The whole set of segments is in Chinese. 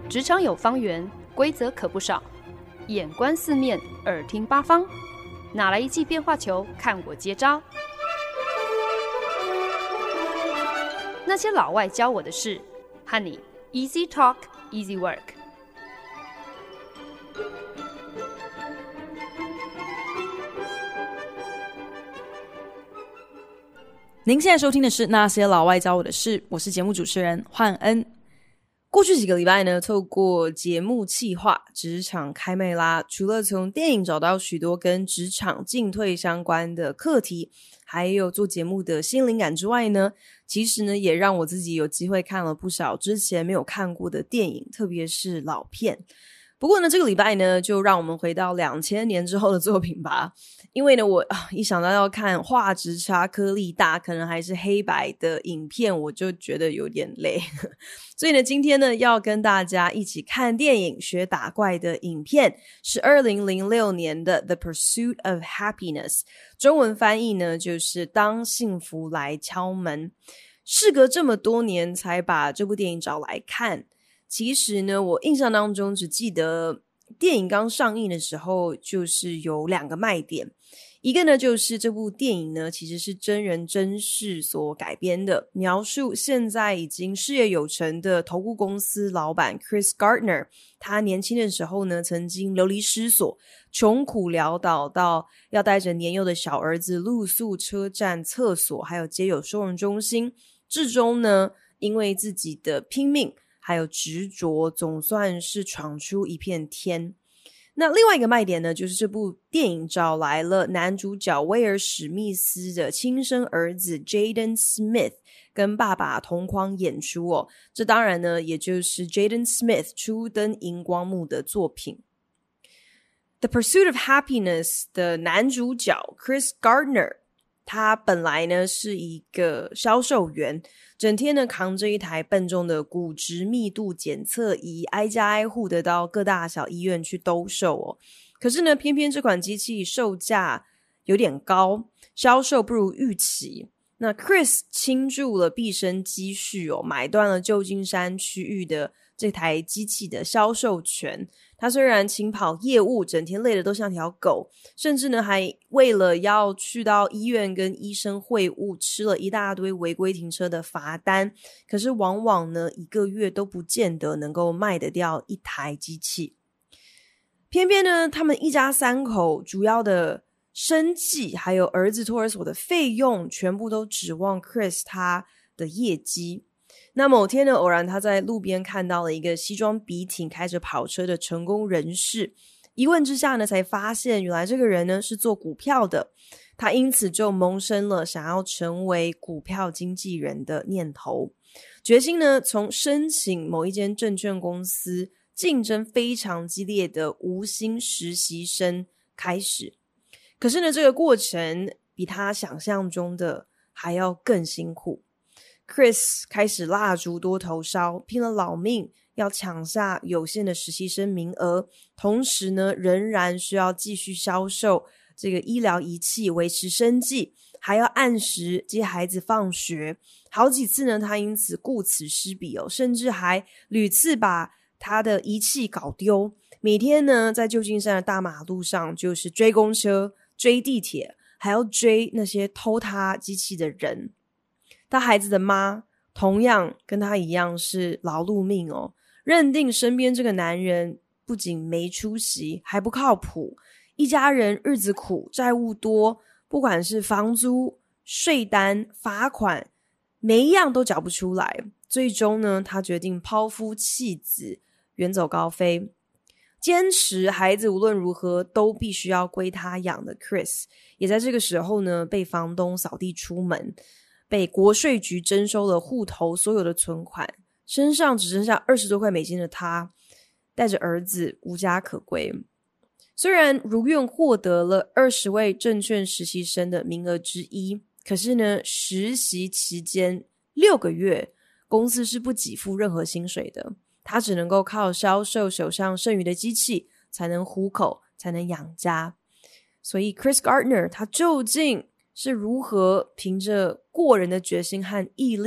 职场有方圆，规则可不少。眼观四面，耳听八方，哪来一记变化球？看我接招！那些老外教我的事，和你 Easy Talk Easy Work。 您现在收听的是那些老外教我的事，我是节目主持人焕恩。过去几个礼拜呢，透过节目企划职场开麦啦，除了从电影找到许多跟职场进退相关的课题，还有做节目的新灵感之外呢，其实呢也让我自己有机会看了不少之前没有看过的电影，特别是老片。不过呢，这个礼拜呢，就让我们回到2000年之后的作品吧。因为呢，我一想到要看画质差、颗粒大，可能还是黑白的影片，我就觉得有点累。所以呢，今天呢，要跟大家一起看电影学打怪的影片，是2006年的《The Pursuit of Happiness》，中文翻译呢，就是当幸福来敲门。事隔这么多年才把这部电影找来看。其实呢，我印象当中只记得电影刚上映的时候就是有2个卖点，一个呢就是这部电影呢其实是真人真事所改编的，描述现在已经事业有成的投顾公司老板 Chris Gardner， 他年轻的时候呢曾经流离失所，穷苦潦倒到要带着年幼的小儿子露宿车站、厕所还有街友收容中心，至终呢因为自己的拼命还有执着，总算是闯出一片天。那另外一个卖点呢，就是这部电影找来了男主角威尔史密斯的亲生儿子 Jaden Smith 跟爸爸同框演出哦。这当然呢，也就是 Jaden Smith 初登荧光幕的作品。The Pursuit of Happiness 的男主角 Chris Gardner， 他本来呢是一个销售员，整天呢扛着一台笨重的骨质密度检测仪，挨家挨户的到各大小医院去兜售哦。可是呢，偏偏这款机器售价有点高，销售不如预期。那 Chris 倾注了毕生积蓄哦，买断了旧金山区域的这台机器的销售权。他虽然勤跑业务，整天累得都像条狗，甚至呢还为了要去到医院跟医生会晤，吃了一大堆违规停车的罚单，可是往往呢1个月都不见得能够卖得掉一台机器。偏偏呢他们一家3口主要的生计还有儿子托儿所的费用全部都指望 Chris 他的业绩。那某天呢，偶然他在路边看到了一个西装笔挺开着跑车的成功人士，一问之下呢才发现原来这个人呢是做股票的，他因此就萌生了想要成为股票经纪人的念头，决心呢从申请某一间证券公司竞争非常激烈的无薪实习生开始。可是呢，这个过程比他想象中的还要更辛苦。Chris 开始蜡烛多头烧，拼了老命要抢下有限的实习生名额，同时呢仍然需要继续销售这个医疗仪器维持生计，还要按时接孩子放学。好几次呢他因此顾此失彼哦，甚至还屡次把他的仪器搞丢。每天呢在旧金山的大马路上就是追公车、追地铁，还要追那些偷他机器的人。他孩子的妈同样跟他一样是劳碌命哦，认定身边这个男人不仅没出息还不靠谱，一家人日子苦，债务多，不管是房租、税单、罚款，每一样都缴不出来。最终呢，他决定抛夫弃子，远走高飞。坚持孩子无论如何都必须要归他养的 Chris， 也在这个时候呢被房东扫地出门，被国税局征收了户头所有的存款，身上只剩下20多块美金的他，带着儿子无家可归。虽然如愿获得了20位证券实习生的名额之一，可是呢，实习期间6个月，公司是不给付任何薪水的，他只能够靠销售手上剩余的机器才能糊口，才能养家。所以 Chris Gardner 他究竟是如何凭着过人的决心和毅力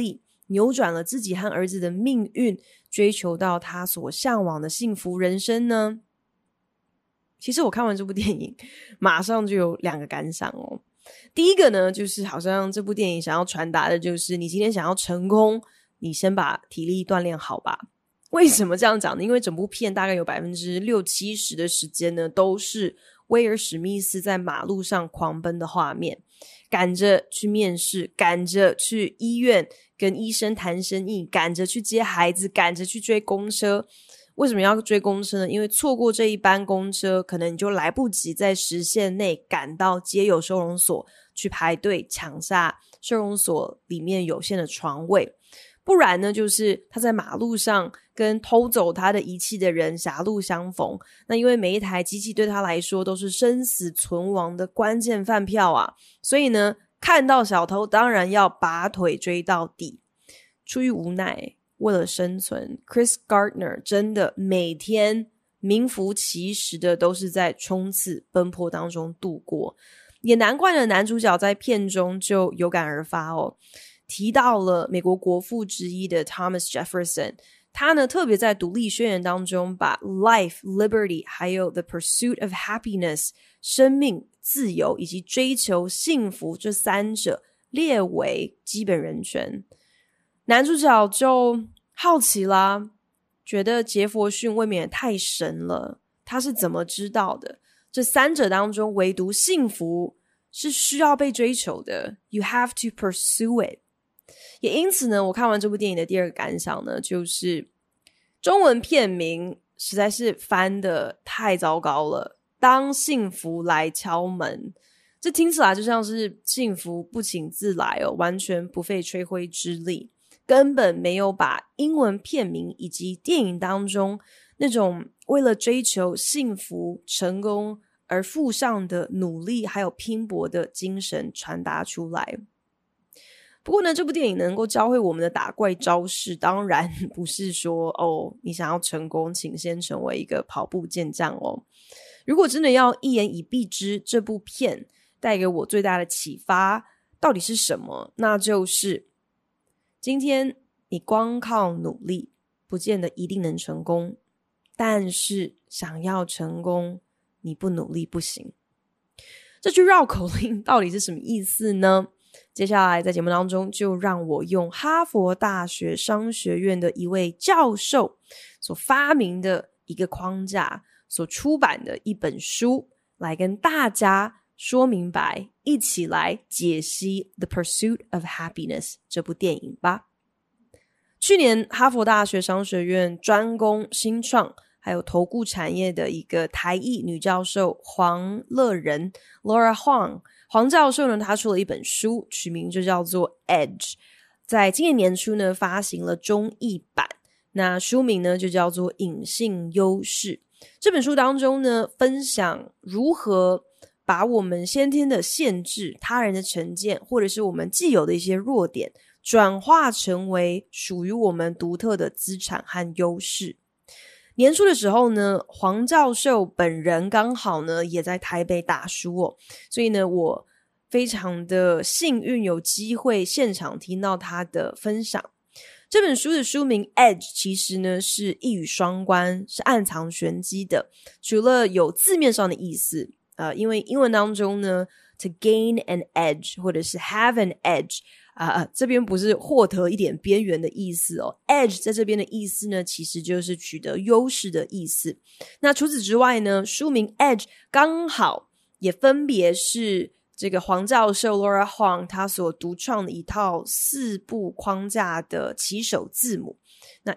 扭转了自己和儿子的命运，追求到他所向往的幸福人生呢？其实我看完这部电影马上就有2个感想哦。第一个呢，就是好像这部电影想要传达的就是你今天想要成功，你先把体力锻炼好吧。为什么这样讲呢？因为整部片大概有 60-70% 的时间呢，都是威尔史密斯在马路上狂奔的画面，赶着去面试，赶着去医院跟医生谈生意，赶着去接孩子，赶着去追公车。为什么要追公车呢？因为错过这一班公车，可能你就来不及在时限内赶到街友收容所去排队抢下收容所里面有限的床位，不然呢就是他在马路上跟偷走他的仪器的人狭路相逢。那因为每一台机器对他来说都是生死存亡的关键饭票啊，所以呢看到小偷当然要拔腿追到底。出于无奈，为了生存， Chris Gardner 真的每天名副其实的都是在冲刺奔波当中度过。也难怪呢男主角在片中就有感而发哦，提到了美国国父之一的 Thomas Jefferson， 他呢特别在独立宣言当中把 life, liberty 还有 the pursuit of happiness 生命、自由以及追求幸福这3者列为基本人权。男主角就好奇啦，觉得杰佛逊未免也太神了，他是怎么知道的？这3者当中唯独幸福是需要被追求的， You have to pursue it。 也因此呢，我看完这部电影的第2个感想呢，就是中文片名实在是翻得太糟糕了，当幸福来敲门，这听起来就像是幸福不请自来哦，完全不费吹灰之力，根本没有把英文片名以及电影当中那种为了追求幸福成功而付上的努力还有拼搏的精神传达出来。不过呢，这部电影能够教会我们的打怪招式，当然不是说你想要成功请先成为一个跑步健将哦。如果真的要一言以蔽之，这部片带给我最大的启发到底是什么？那就是今天你光靠努力不见得一定能成功，但是想要成功你不努力不行。这句绕口令到底是什么意思呢？接下来在节目当中就让我用哈佛大学商学院的一位教授所发明的一个框架所出版的一本书来跟大家说明白，一起来解析 The Pursuit of Happiness 这部电影吧。去年哈佛大学商学院专攻新创还有投顾产业的一个台裔女教授黄乐仁 Laura Huang， 黄教授呢，她出了一本书，取名就叫做 Edge， 在今年年初呢发行了中译版，那书名呢就叫做隐性优势。这本书当中呢，分享如何把我们先天的限制、他人的成见或者是我们既有的一些弱点转化成为属于我们独特的资产和优势。年初的时候呢，黄教授本人刚好呢也在台北打书哦，所以呢我非常的幸运有机会现场听到他的分享。这本书的书名 Edge 其实呢是一语双关，是暗藏玄机的。除了有字面上的意思，因为英文当中呢 to gain an edge 或者是 have an edge，这边不是获得一点边缘的意思哦， Edge 在这边的意思呢其实就是取得优势的意思。那除此之外呢，书名 Edge 刚好也分别是这个黄教授 Laura Huang 他所独创的一套4步框架的起手字母，那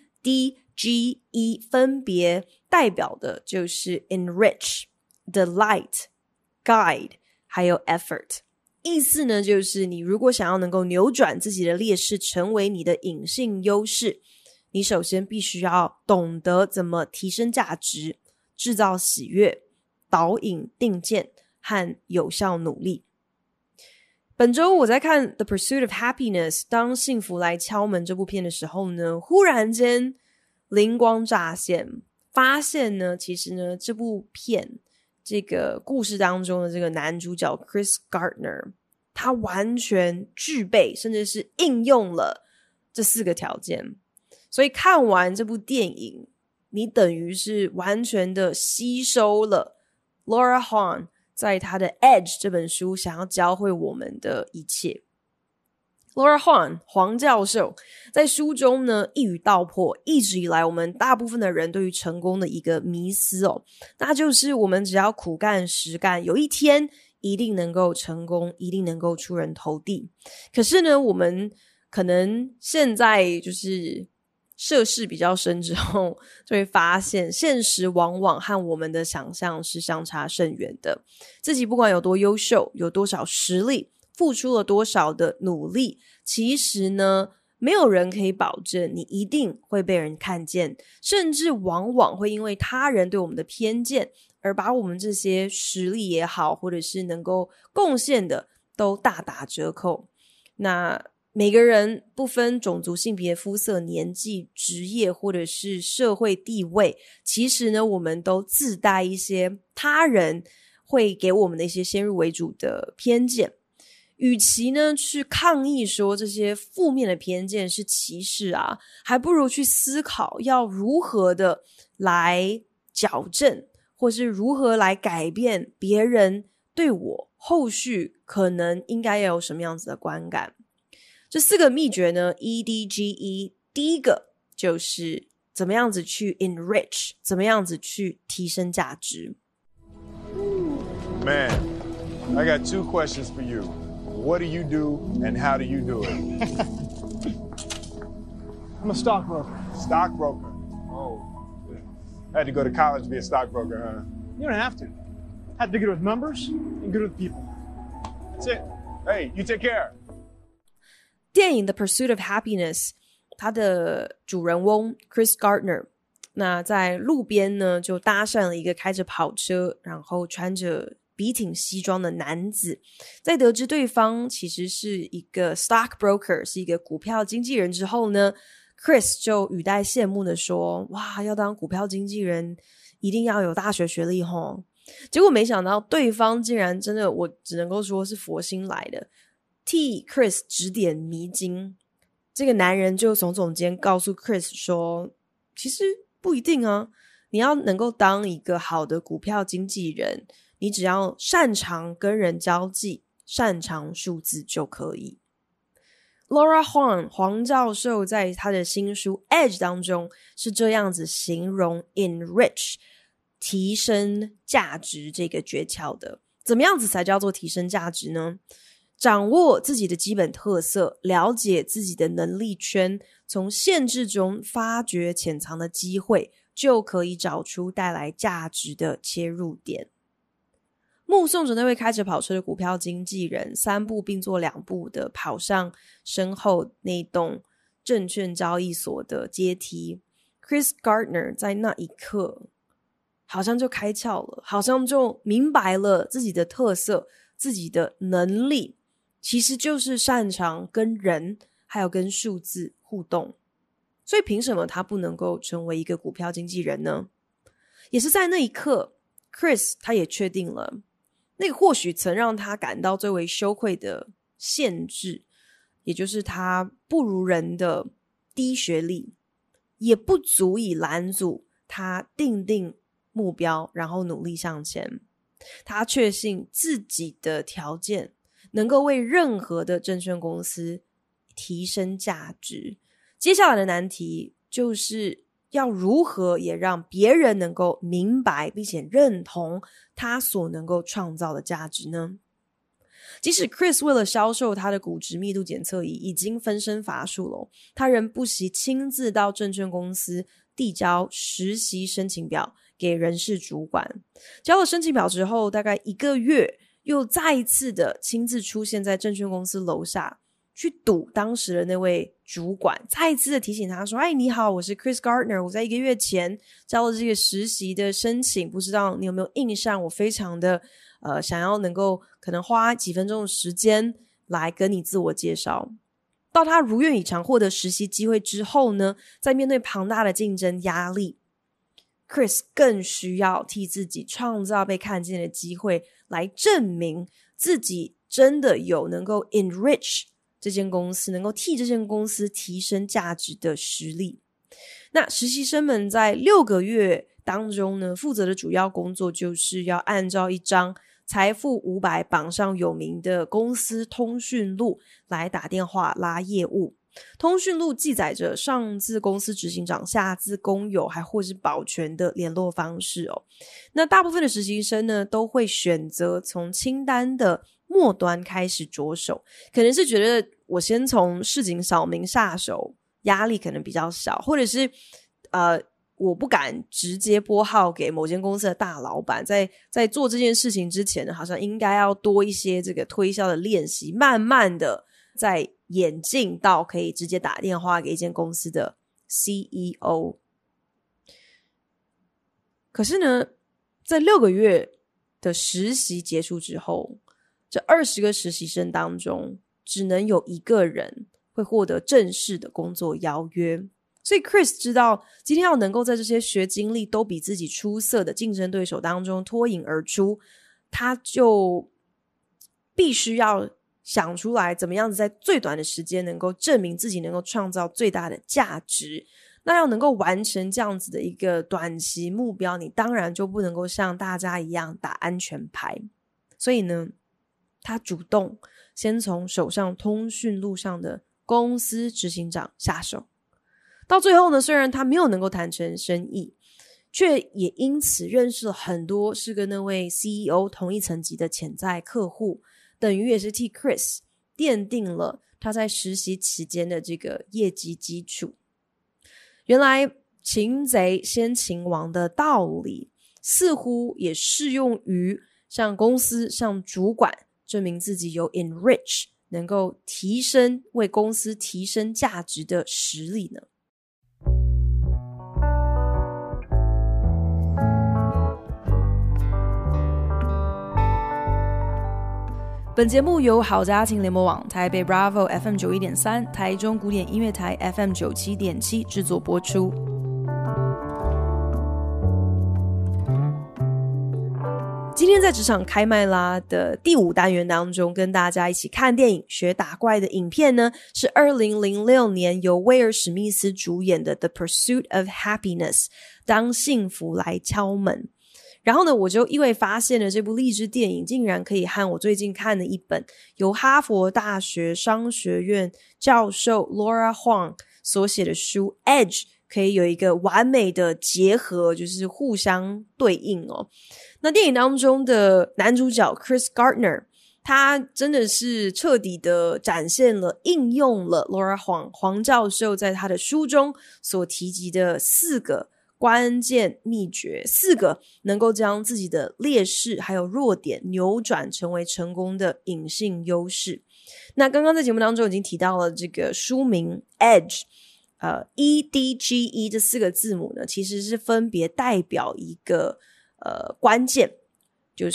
E、D、G、E 分别代表的就是 Enrich、 Delight、 Guide 还有 Effort。意思呢就是你如果想要能够扭转自己的劣势成为你的隐性优势，你首先必须要懂得怎么提升价值，制造喜悦，导引定见和有效努力。本周我在看 The Pursuit of Happiness 当幸福来敲门这部片的时候呢，忽然间灵光乍现，发现呢其实呢这部片这个故事当中的这个男主角 Chris Gardner 他完全具备甚至是应用了这4个条件。所以看完这部电影，你等于是完全的吸收了 Laura Huang 在她的 Edge 这本书想要教会我们的一切。Laura Huang 黄教授在书中呢一语道破一直以来我们大部分的人对于成功的一个迷思那就是我们只要苦干实干，有一天一定能够成功，一定能够出人头地。可是呢，我们可能现在就是涉世比较深之后，就会发现现实往往和我们的想象是相差甚远的。自己不管有多优秀，有多少实力，付出了多少的努力，其实呢，没有人可以保证你一定会被人看见，甚至往往会因为他人对我们的偏见而把我们这些实力也好，或者是能够贡献的都大打折扣。那每个人不分种族、性别、肤色、年纪、职业或者是社会地位，其实呢，我们都自带一些他人会给我们的一些先入为主的偏见。与其呢去抗议说这些负面的偏见是歧视啊，还不如去思考要如何的来矫正，或是如何来改变别人对我后续可能应该要有什么样子的观感。这4个秘诀呢 EDGE 第一个就是怎么样子去 enrich， 怎么样子去提升价值。 Man, I got 2 questions for you.What do you do and how do you do it? I'm a stockbroker. Stockbroker? Oh. I had to go to college to be a stockbroker, huh? You don't have to. I have to be good with numbers and good with people. That's it. Hey, you take care. 电影 The Pursuit of Happiness 它的主人翁 Chris Gardner 那在路边呢就搭讪了一个开着跑车然后穿着笔挺西装的男子，在得知对方其实是一个 stockbroker， 是一个股票经纪人之后呢， Chris 就语带羡慕的说，哇，要当股票经纪人一定要有大学学历齁。结果没想到对方竟然真的，我只能够说是佛心来的，替 Chris 指点迷津。这个男人就耸耸肩告诉 Chris 说，其实不一定啊，你要能够当一个好的股票经纪人，你只要擅长跟人交际，擅长数字就可以。 Laura Huang 黄教授在他的新书 Edge 当中是这样子形容 enrich 提升价值这个诀窍的。怎么样子才叫做提升价值呢？掌握自己的基本特色，了解自己的能力圈，从限制中发掘潜藏的机会，就可以找出带来价值的切入点。目送着那位开着跑车的股票经纪人3步并作2步的跑上身后那栋证券交易所的阶梯， Chris Gardner 在那一刻好像就开窍了，好像就明白了自己的特色，自己的能力其实就是擅长跟人还有跟数字互动。所以凭什么他不能够成为一个股票经纪人呢？也是在那一刻 Chris 他也确定了那个或许曾让他感到最为羞愧的限制，也就是他不如人的低学历，也不足以拦阻他定目标然后努力向前。他确信自己的条件能够为任何的证券公司提升价值。接下来的难题就是要如何也让别人能够明白并且认同他所能够创造的价值呢？即使 Chris 为了销售他的股值密度检测仪已经分身乏术了，他仍不惜亲自到证券公司递交实习申请表给人事主管。交了申请表之后，大概1个月又再一次的亲自出现在证券公司楼下，去堵当时的那位主管，再一次的提醒他说，你好，我是 Chris Gardner， 我在1个月前交了这个实习的申请，不知道你有没有印象，我非常的想要能够可能花几分钟的时间来跟你自我介绍。到他如愿以偿获得实习机会之后呢，在面对庞大的竞争压力， Chris 更需要替自己创造被看见的机会，来证明自己真的有能够 enrich 这间公司，能够替这间公司提升价值的实力。那实习生们在6个月当中呢，负责的主要工作就是要按照一张财富500榜上有名的公司通讯录来打电话拉业务。通讯录记载着上至公司执行长，下至工友还或是保全的联络方式哦。那大部分的实习生呢，都会选择从清单的末端开始着手，可能是觉得我先从市井小民下手，压力可能比较小，或者是我不敢直接拨号给某间公司的大老板，在做这件事情之前呢，好像应该要多一些这个推销的练习，慢慢的再演进到可以直接打电话给一间公司的 CEO。 可是呢，在6个月的实习结束之后，这20个实习生当中只能有1个人会获得正式的工作邀约。所以 Chris 知道今天要能够在这些学经历都比自己出色的竞争对手当中脱颖而出，他就必须要想出来怎么样子在最短的时间能够证明自己能够创造最大的价值。那要能够完成这样子的一个短期目标，你当然就不能够像大家一样打安全牌。所以呢，他主动先从手上通讯录上的公司执行长下手。到最后呢，虽然他没有能够谈成生意，却也因此认识了很多是跟那位 CEO 同一层级的潜在客户，等于也是替 Chris 奠定了他在实习期间的这个业绩基础。原来擒贼先擒王的道理似乎也适用于向公司向主管证明自己有 enrich 能够提升为公司提升价值的实力呢。本节目由好家庭联盟网、台北 Bravo FM91.3、台中古典音乐台 FM97.7 制作播出。今天在职场开麦啦的第5单元当中，跟大家一起看电影学打怪的影片呢，是2006年由威尔史密斯主演的 The Pursuit of Happiness， 当幸福来敲门。然后呢，我就意外发现了这部励志电影竟然可以和我最近看的一本由哈佛大学商学院教授 Laura Huang 所写的书 Edge 可以有一个完美的结合，就是互相对应哦。那电影当中的男主角 Chris Gardner， 他真的是彻底的展现了应用了 Laura Huang 黄教授在他的书中所提及的4个关键秘诀，4个能够将自己的劣势还有弱点扭转成为成功的隐性优势。那刚刚在节目当中已经提到了这个书名 Edge， EDGE 这4个字母呢，其实是分别代表一个关键，就是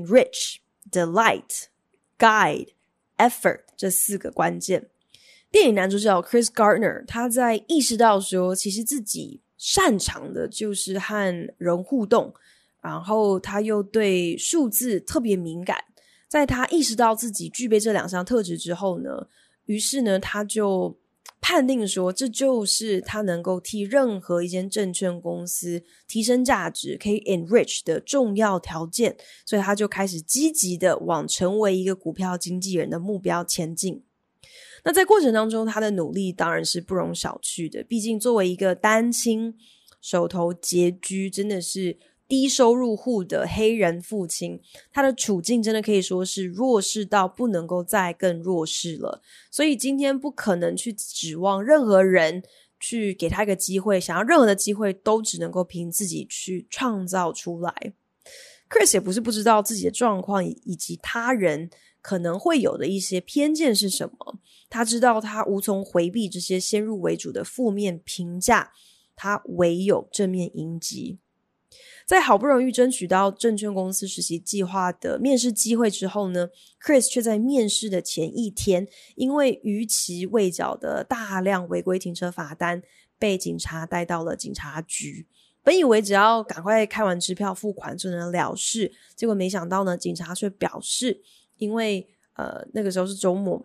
Enrich、Delight、Guide、Effort 这4个关键。电影男主角 Chris Gardner 他在意识到说其实自己擅长的就是和人互动，然后他又对数字特别敏感。在他意识到自己具备这2项特质之后呢，于是呢他就判定说这就是他能够替任何一间证券公司提升价值，可以 enrich 的重要条件，所以他就开始积极的往成为一个股票经纪人的目标前进。那在过程当中他的努力当然是不容小觑的，毕竟作为一个单亲手头拮据真的是低收入户的黑人父亲，他的处境真的可以说是弱势到不能够再更弱势了。所以今天不可能去指望任何人去给他一个机会，想要任何的机会都只能够凭自己去创造出来。 Chris 也不是不知道自己的状况以及他人可能会有的一些偏见是什么，他知道他无从回避这些先入为主的负面评价，他唯有正面迎击。在好不容易争取到证券公司实习计划的面试机会之后呢， Chris 却在面试的前一天因为逾期未缴的大量违规停车罚单被警察带到了警察局。本以为只要赶快开完支票付款就能了事，结果没想到呢，警察却表示因为那个时候是周末嘛，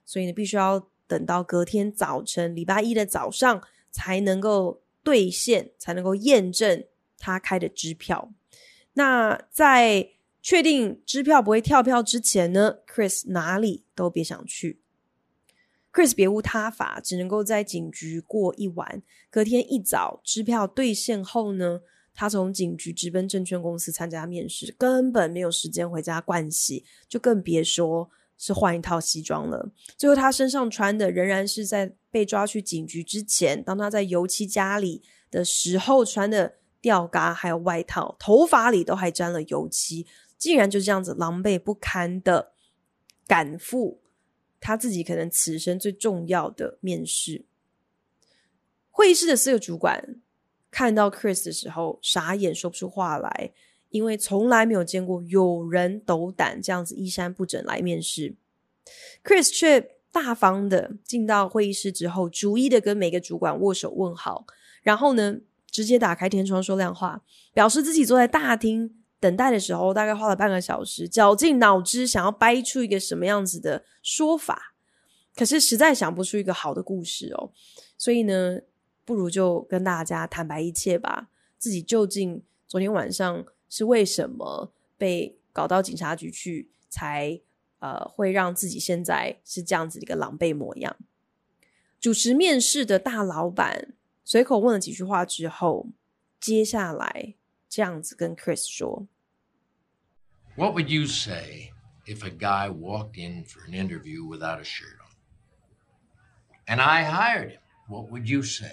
所以呢必须要等到隔天早晨礼拜一的早上才能够兑现，才能够验证他开的支票。那在确定支票不会跳票之前呢， Chris 哪里都别想去。 Chris 别无他法，只能够在警局过一晚。隔天一早支票兑现后呢，他从警局直奔证券公司参加面试，根本没有时间回家盥洗，就更别说是换一套西装了。最后他身上穿的仍然是在被抓去警局之前，当他在油漆家里的时候穿的吊嘎还有外套，头发里都还沾了油漆，竟然就这样子狼狈不堪的赶赴他自己可能此生最重要的面试。会议室的4个主管看到 Chris 的时候傻眼说不出话来，因为从来没有见过有人斗胆这样子衣衫不整来面试。 Chris 却大方的进到会议室之后，逐一的跟每个主管握手问好，然后呢直接打开天窗说亮话，表示自己坐在大厅等待的时候大概花了半个小时，绞尽脑汁想要掰出一个什么样子的说法，可是实在想不出一个好的故事哦。所以呢不如就跟大家坦白一切吧，自己究竟昨天晚上是为什么被搞到警察局去，才会让自己现在是这样子的一个狼狈模样。主持面试的大老板随口问了几句话之后，接下来这样子跟 Chris 说， What would you say if a guy walked in for an interview without a shirt on? And I hired him. What would you say?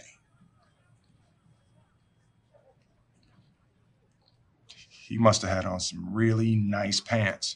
He must have had on some really nice pants.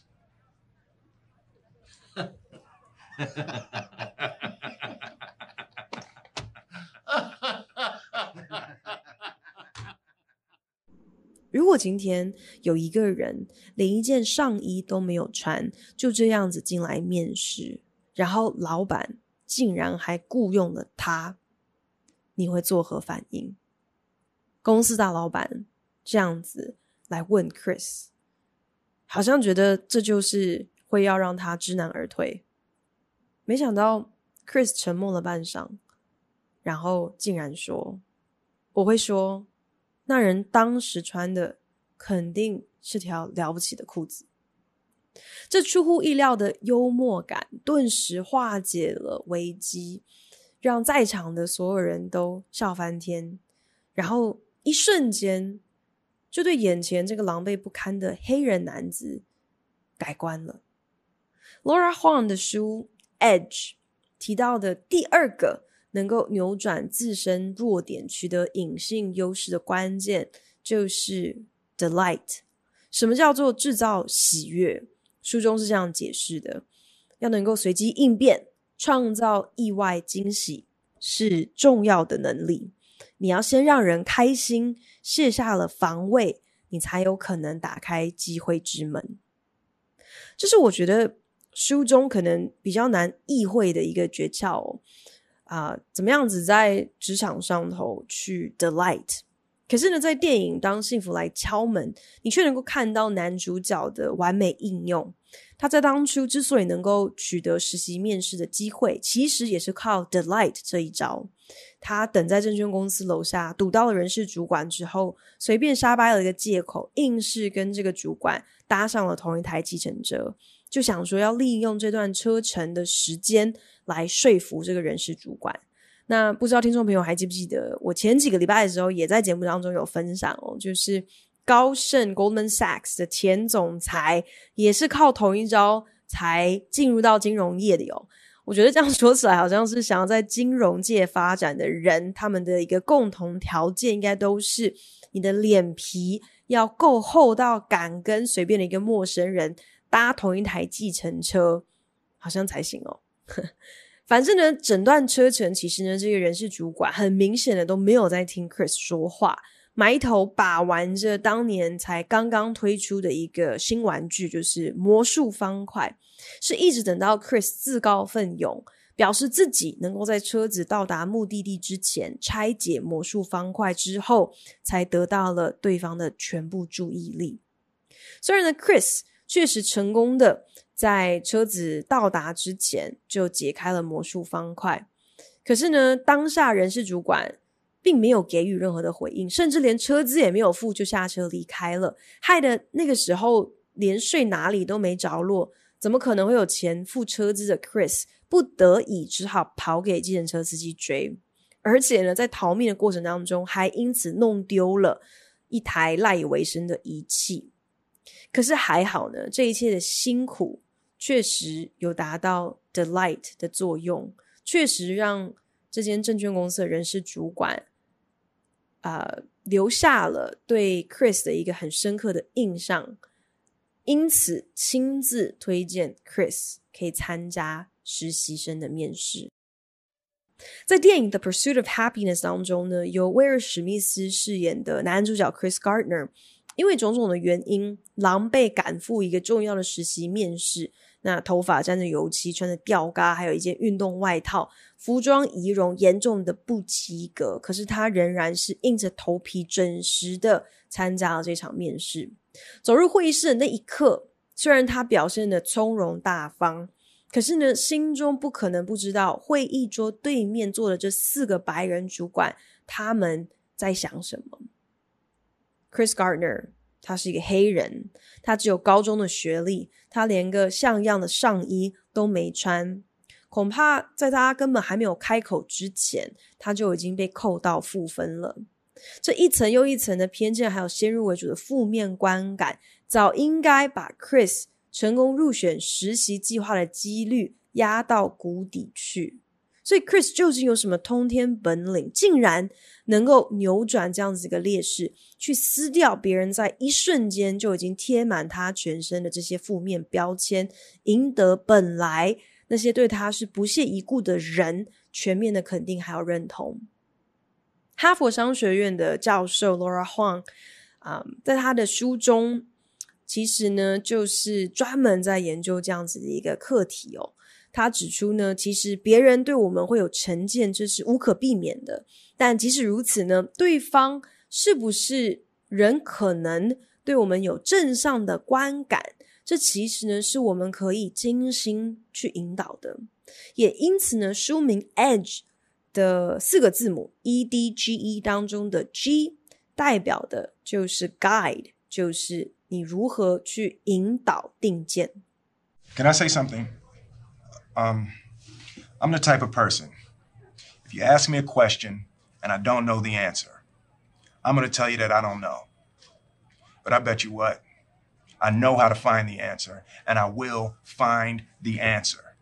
如果今天有一个人连一件上衣都没有穿，就这样子进来面试，然后老板竟然还雇佣了他，你会作何反应？公司大老板这样子来问 Chris， 好像觉得这就是会要让他知难而退。没想到 Chris 沉默了半晌，然后竟然说，我会说那人当时穿的肯定是条了不起的裤子。这出乎意料的幽默感顿时化解了危机，让在场的所有人都笑翻天，然后一瞬间就对眼前这个狼狈不堪的黑人男子改观了。 Laura Huang 的书 Edge 提到的第二个能够扭转自身弱点取得隐性优势的关键就是 delight。 什么叫做制造喜悦？书中是这样解释的，要能够随机应变，创造意外惊喜是重要的能力。你要先让人开心，卸下了防卫，你才有可能打开机会之门。这是我觉得书中可能比较难意会的一个诀窍哦。怎么样子在职场上头去 delight， 可是呢在电影当幸福来敲门，你却能够看到男主角的完美应用。他在当初之所以能够取得实习面试的机会，其实也是靠 delight 这一招。他等在证券公司楼下堵到了人事主管之后，随便瞎掰了一个借口，硬是跟这个主管搭上了同一台计程车，就想说要利用这段车程的时间来说服这个人事主管。那不知道听众朋友还记不记得，我前几个礼拜的时候也在节目当中有分享哦，就是高盛 Goldman Sachs 的前总裁也是靠同一招才进入到金融业的哟。我觉得这样说起来好像是想要在金融界发展的人，他们的一个共同条件应该都是你的脸皮要够厚到敢跟随便的一个陌生人搭同一台计程车好像才行哦。反正呢整段车程其实呢这个人事主管很明显的都没有在听 Chris 说话，埋头把玩着当年才刚刚推出的一个新玩具，就是魔术方块，是一直等到 Chris 自告奋勇表示自己能够在车子到达目的地之前拆解魔术方块之后，才得到了对方的全部注意力。虽然呢 Chris 确实成功的在车子到达之前就解开了魔术方块。可是呢，当下人事主管并没有给予任何的回应，甚至连车资也没有付就下车离开了，害得那个时候连睡哪里都没着落，怎么可能会有钱付车资的 Chris 不得已只好跑给计程车司机追，而且呢在逃命的过程当中还因此弄丢了一台赖以为生的仪器。可是还好呢，这一切的辛苦确实有达到 delight 的作用，确实让这间证券公司的人事主管留下了对 Chris 的一个很深刻的印象，因此亲自推荐 Chris 可以参加实习生的面试。在电影 The Pursuit of Happiness 当中呢，由威尔史密斯饰演的男主角 Chris Gardner 因为种种的原因狼狈赶赴一个重要的实习面试，那头发沾着油漆，穿着吊嘎，还有一件运动外套，服装仪容严重的不及格，可是他仍然是硬着头皮准时的参加了这场面试。走入会议室的那一刻，虽然他表现得从容大方，可是呢心中不可能不知道会议桌对面坐的这4个白人主管他们在想什么。 Chris Gardner 他是一个黑人，他只有高中的学历，他连个像样的上衣都没穿，恐怕在他根本还没有开口之前，他就已经被扣到负分了。这一层又一层的偏见还有先入为主的负面观感，早应该把 Chris 成功入选实习计划的几率压到谷底去。所以 Chris 究竟有什么通天本领，竟然能够扭转这样子一个劣势，去撕掉别人在一瞬间就已经贴满他全身的这些负面标签，赢得本来那些对他是不屑一顾的人全面的肯定还有认同。哈佛商学院的教授 Laura Huang在他的书中其实呢就是专门在研究这样子的一个课题哦。他指出呢，其实别人对我们会有成见，这是无可避免的，但即使如此呢，对方是不是人可能对我们有正向的观感，这其实呢是我们可以精心去引导的。也因此呢，书名 Edge 的4个字母 EDGE 当中的 G 代表的就是 Guide， 就是你如何去引导定见。 Can I say something?I'm the type of person, if you ask me a question and I don't know the answer, I'm going to tell you that I don't know. But I bet you what? I know how to find the answer, and I will find the answer.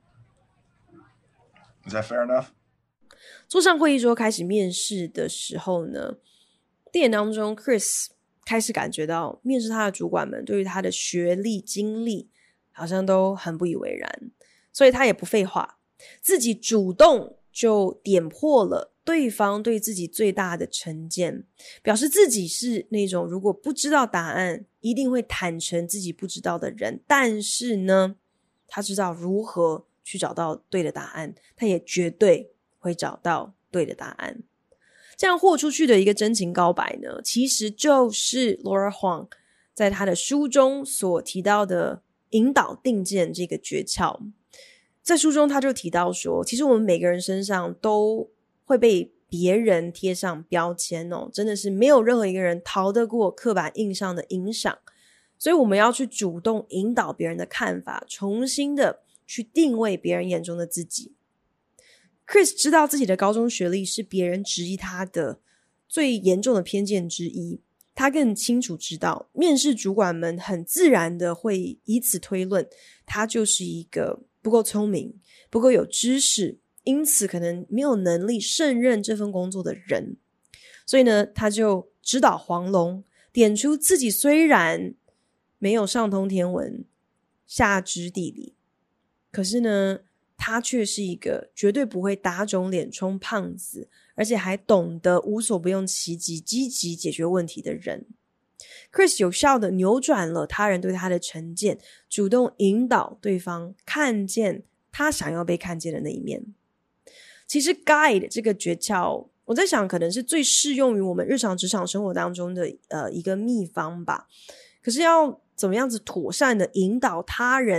Is that fair enough? 坐上会议桌开始面试的时候呢，电影当中 Chris 开始感觉到面试他的主管们对于他的学历经历好像都很不以为然，所以他也不废话，自己主动就点破了对方对自己最大的成见，表示自己是那种如果不知道答案一定会坦诚自己不知道的人，但是呢他知道如何去找到对的答案，他也绝对会找到对的答案。这样豁出去的一个真情告白呢，其实就是 Laura Huang 在他的书中所提到的引导定见这个诀窍。在书中他就提到说，其实我们每个人身上都会被别人贴上标签哦，真的是没有任何一个人逃得过刻板印象的影响，所以我们要去主动引导别人的看法，重新的去定位别人眼中的自己。Chris 知道自己的高中学历是别人质疑他的最严重的偏见之一，他更清楚知道面试主管们很自然的会以此推论他就是一个不够聪明，不够有知识，因此可能没有能力胜任这份工作的人。所以呢，他就直捣黄龙，点出自己虽然没有上通天文下知地理，可是呢他却是一个绝对不会打肿脸充胖子，而且还懂得无所不用其极积极解决问题的人。 Chris 有效地扭转了他人对他的成见，主动引导对方看见他想要被看见的那一面。其实 Guide 这个诀窍，我在想可能是最适用于我们日常职场生活当中的一个秘方吧。可是要怎么样子妥善的引导他人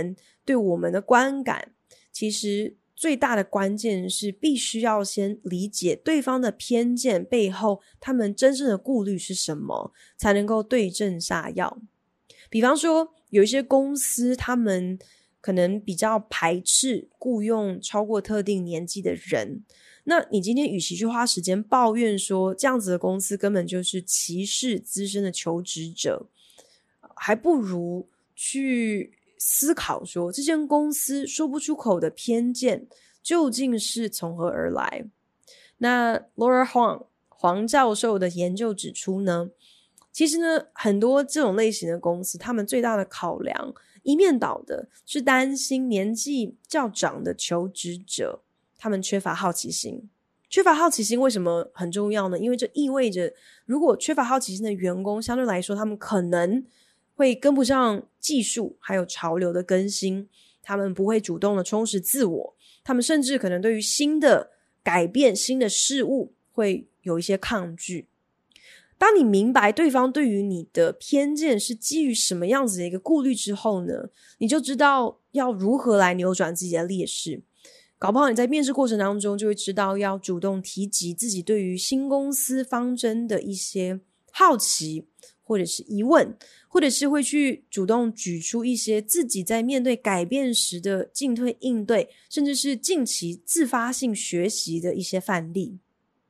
对我们的观感，其实最大的关键是必须要先理解对方的偏见背后他们真正的顾虑是什么，才能够对症下药。比方说有一些公司他们可能比较排斥雇用超过特定年纪的人，那你今天与其去花时间抱怨说这样子的公司根本就是歧视资深的求职者，还不如去思考说这间公司说不出口的偏见究竟是从何而来。那 Laura Huang 黄教授的研究指出呢，其实呢很多这种类型的公司他们最大的考量一面倒的是担心年纪较长的求职者他们缺乏好奇心。缺乏好奇心为什么很重要呢？因为这意味着如果缺乏好奇心的员工相对来说他们可能会跟不上技术还有潮流的更新，他们不会主动的充实自我，他们甚至可能对于新的改变新的事物会有一些抗拒。当你明白对方对于你的偏见是基于什么样子的一个顾虑之后呢，你就知道要如何来扭转自己的劣势。搞不好你在面试过程当中就会知道要主动提及自己对于新公司方针的一些好奇或者是疑问，或者是会去主动举出一些自己在面对改变时的进退应对，甚至是近期自发性学习的一些范例。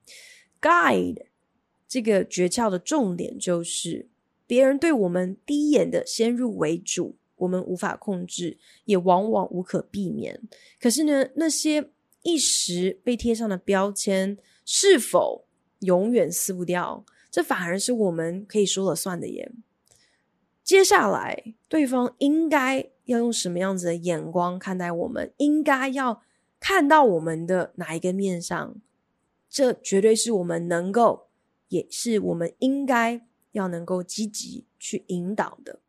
Guide 这个诀窍的重点就是别人对我们第一眼的先入为主我们无法控制，也往往无可避免。可是呢，那些一时被贴上的标签是否永远撕不掉，这反而是我们可以说了算的耶。接下来对方应该要用什么样子的眼光看待我们，应该要看到我们的哪一个面上，这绝对是我们能够，也是我们应该要能够积极去引导的。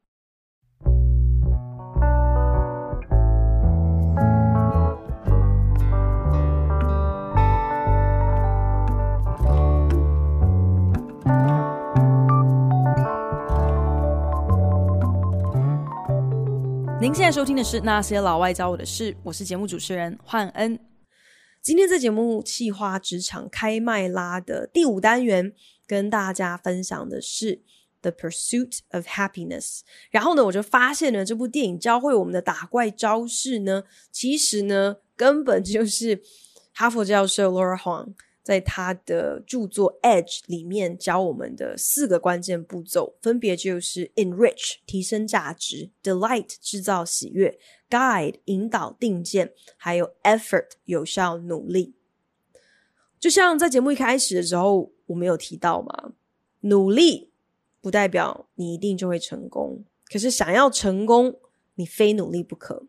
您现在收听的是那些老外教我的事，我是节目主持人焕恩。今天在节目企划职场开麦拉的第5单元，跟大家分享的是 The Pursuit of Happiness。 然后呢，我就发现了这部电影教会我们的打怪招式呢，其实呢根本就是哈佛教授 Laura Huang在他的著作 Edge 里面教我们的4个关键步骤，分别就是 Enrich 提升价值， Delight 制造喜悦， Guide 引导定见，还有 Effort 有效努力。就像在节目一开始的时候我们有提到嘛，努力不代表你一定就会成功，可是想要成功你非努力不可。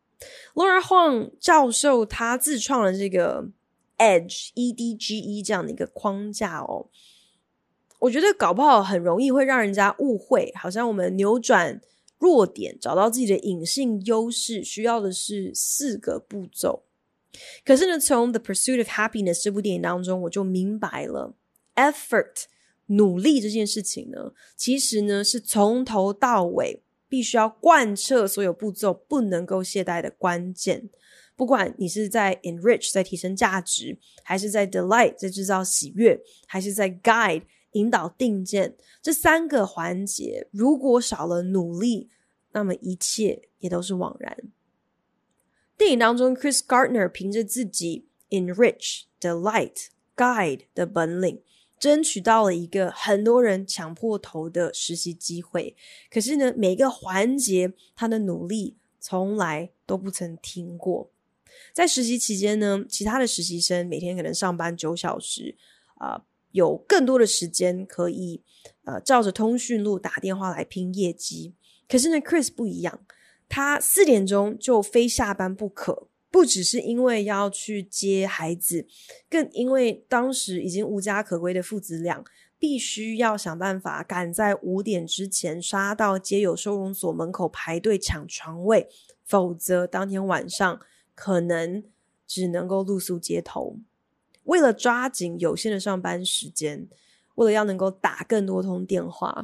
Laura Huang 教授他自创了这个Edge EDGE 这样的一个框架哦，我觉得搞不好很容易会让人家误会，好像我们扭转弱点找到自己的隐性优势需要的是4个步骤。可是呢，从 The Pursuit of Happiness 这部电影当中我就明白了 Effort 努力这件事情呢，其实呢是从头到尾必须要贯彻所有步骤不能够懈怠的关键。不管你是在 Enrich 在提升价值，还是在 Delight 在制造喜悦，还是在 Guide 引导定见，这3个环节如果少了努力，那么一切也都是枉然。电影当中 Chris Gardner 凭着自己 Enrich Delight Guide 的本领争取到了一个很多人抢破头的实习机会，可是呢每个环节他的努力从来都不曾停过。在实习期间呢，其他的实习生每天可能上班9小时，有更多的时间可以照着通讯录打电话来拼业绩。可是呢 Chris 不一样，他4点钟就非下班不可，不只是因为要去接孩子，更因为当时已经无家可归的父子俩必须要想办法赶在5点之前杀到街友收容所门口排队抢床位，否则当天晚上可能只能够露宿街头。为了抓紧有限的上班时间，为了要能够打更多通电话，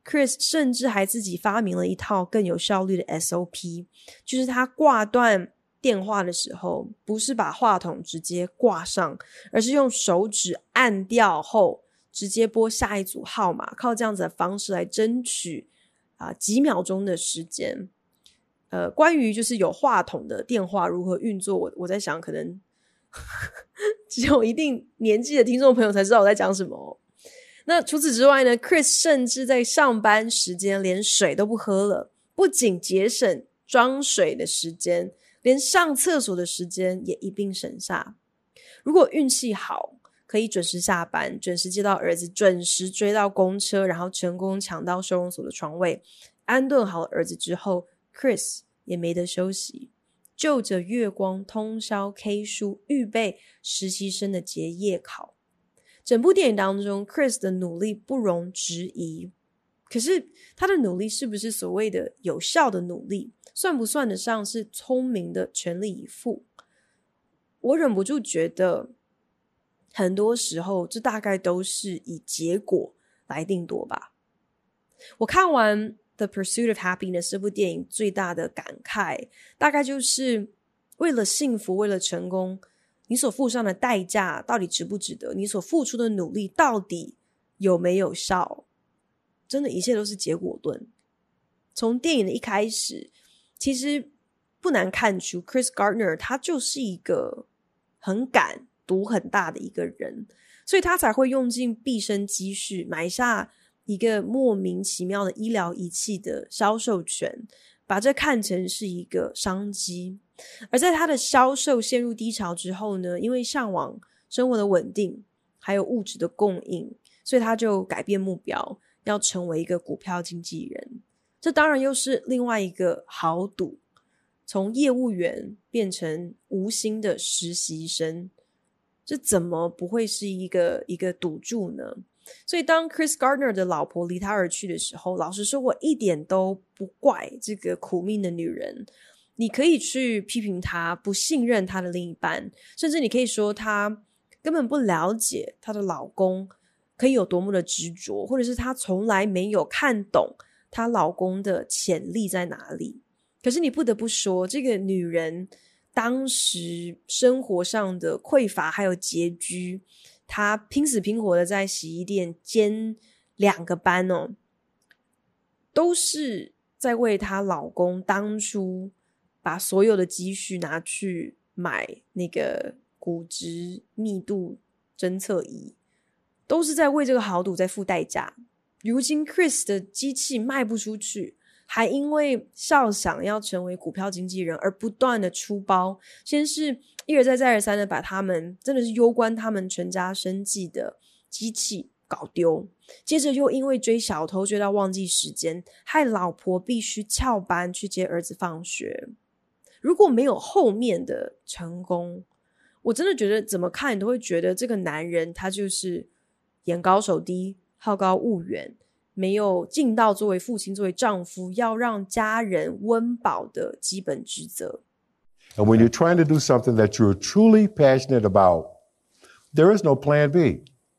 Chris 甚至还自己发明了一套更有效率的 SOP， 就是他挂断电话的时候，不是把话筒直接挂上，而是用手指按掉后直接拨下一组号码，靠这样子的方式来争取几秒钟的时间。关于就是有话筒的电话如何运作，我在想可能只有一定年纪的听众朋友才知道我在讲什么。那除此之外呢， Chris 甚至在上班时间连水都不喝了，不仅节省装水的时间，连上厕所的时间也一并省下。如果运气好，可以准时下班，准时接到儿子，准时追到公车，然后成功抢到收容所的床位，安顿好了儿子之后， Chris 也没得休息，就着月光通宵 K 书，预备实习生的结业考。整部电影当中 Chris 的努力不容置疑，可是他的努力是不是所谓的有效的努力，算不算得上是聪明的全力以赴？我忍不住觉得很多时候这大概都是以结果来定夺吧。我看完 The Pursuit of Happiness 这部电影最大的感慨大概就是为了幸福，为了成功，你所付上的代价到底值不值得，你所付出的努力到底有没有效，真的一切都是结果论。从电影的一开始，其实不难看出 Chris Gardner 他就是一个很敢赌很大的一个人，所以他才会用尽毕生积蓄买下一个莫名其妙的医疗仪器的销售权，把这看成是一个商机。而在他的销售陷入低潮之后呢，因为向往生活的稳定还有物质的供应，所以他就改变目标，要成为一个股票经纪人。这当然又是另外一个豪赌，从业务员变成无薪的实习生，这怎么不会是一个赌注呢？所以当 Chris Gardner 的老婆离他而去的时候，老实说我一点都不怪这个苦命的女人。你可以去批评她不信任她的另一半，甚至你可以说她根本不了解她的老公可以有多么的执着，或者是她从来没有看懂她老公的潜力在哪里。可是你不得不说，这个女人当时生活上的匮乏还有拮据，她拼死拼活的在洗衣店兼2个班都是在为她老公当初把所有的积蓄拿去买那个骨质密度侦测仪，都是在为这个豪赌在付代价。如今 Chris 的机器卖不出去，还因为笑想要成为股票经纪人而不断的出包，先是一而再再而三的把他们真的是攸关他们全家生计的机器搞丢，接着又因为追小偷追到忘记时间，害老婆必须翘班去接儿子放学。如果没有后面的成功，我真的觉得怎么看你都会觉得这个男人他就是眼高手低，好高骛远，没有尽到作为父亲作为丈夫要让家人温饱的基本职责。 And when you're trying to do something that you're truly passionate about, there is no plan B.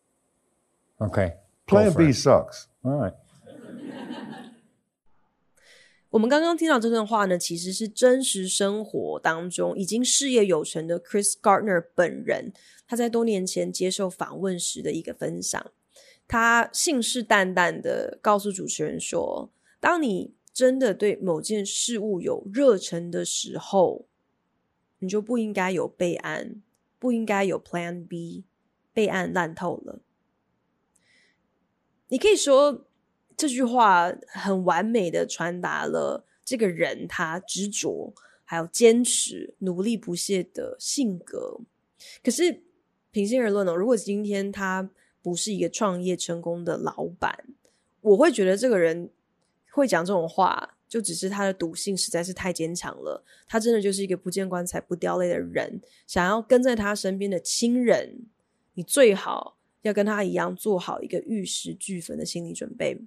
Okay. Plan B sucks. All right. 我们刚刚听到这段话呢，其实是真实生活当中已经事业有成的 Chris Gardner 本人，他在多年前接受访问时的一个分享。他信誓旦旦的告诉主持人说，当你真的对某件事物有热忱的时候，你就不应该有备案，不应该有 Plan B， 备案烂透了。你可以说这句话很完美的传达了这个人他执着还有坚持努力不懈的性格。可是平心而论如果今天他不是一个创业成功的老板，我会觉得这个人会讲这种话就只是他的赌性实在是太坚强了，他真的就是一个不见棺材不掉泪的人，想要跟在他身边的亲人，你最好要跟他一样做好一个玉石俱焚的心理准备。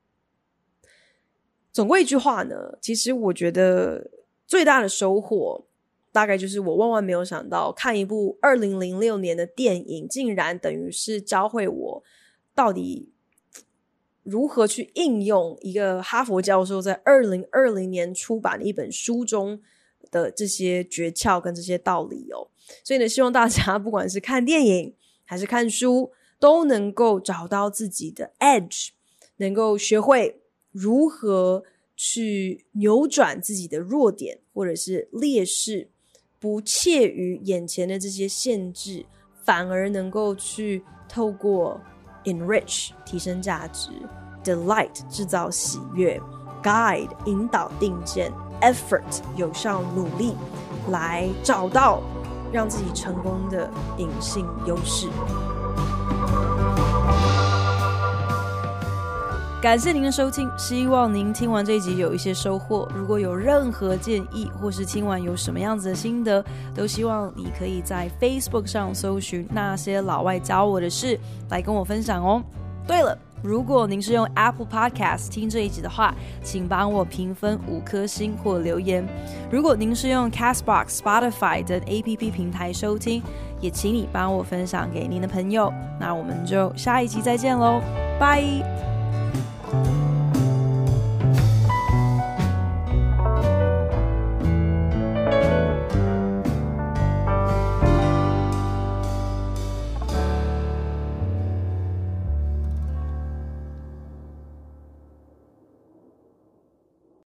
总归一句话呢，其实我觉得最大的收获大概就是我万万没有想到看一部2006年的电影竟然等于是教会我到底如何去应用一个哈佛教授在2020年出版的一本书中的这些诀窍跟这些道理哦。所以呢，希望大家不管是看电影还是看书，都能够找到自己的 edge， 能够学会如何去扭转自己的弱点或者是劣势，不怯于眼前的这些限制，反而能够去透过 enrich 提升价值， delight 制造喜悦， guide 引导定见， effort 有效努力，来找到让自己成功的隐性优势。感谢您的收听，希望您听完这一集有一些收获。如果有任何建议，或是听完有什么样子的心得，都希望你可以在 Facebook 上搜寻那些老外教我的事来跟我分享哦。对了，如果您是用 Apple Podcast 听这一集的话，请帮我评分5颗星或留言。如果您是用 Castbox、Spotify 等 APP 平台收听，也请你帮我分享给您的朋友。那我们就下一集再见咯，拜。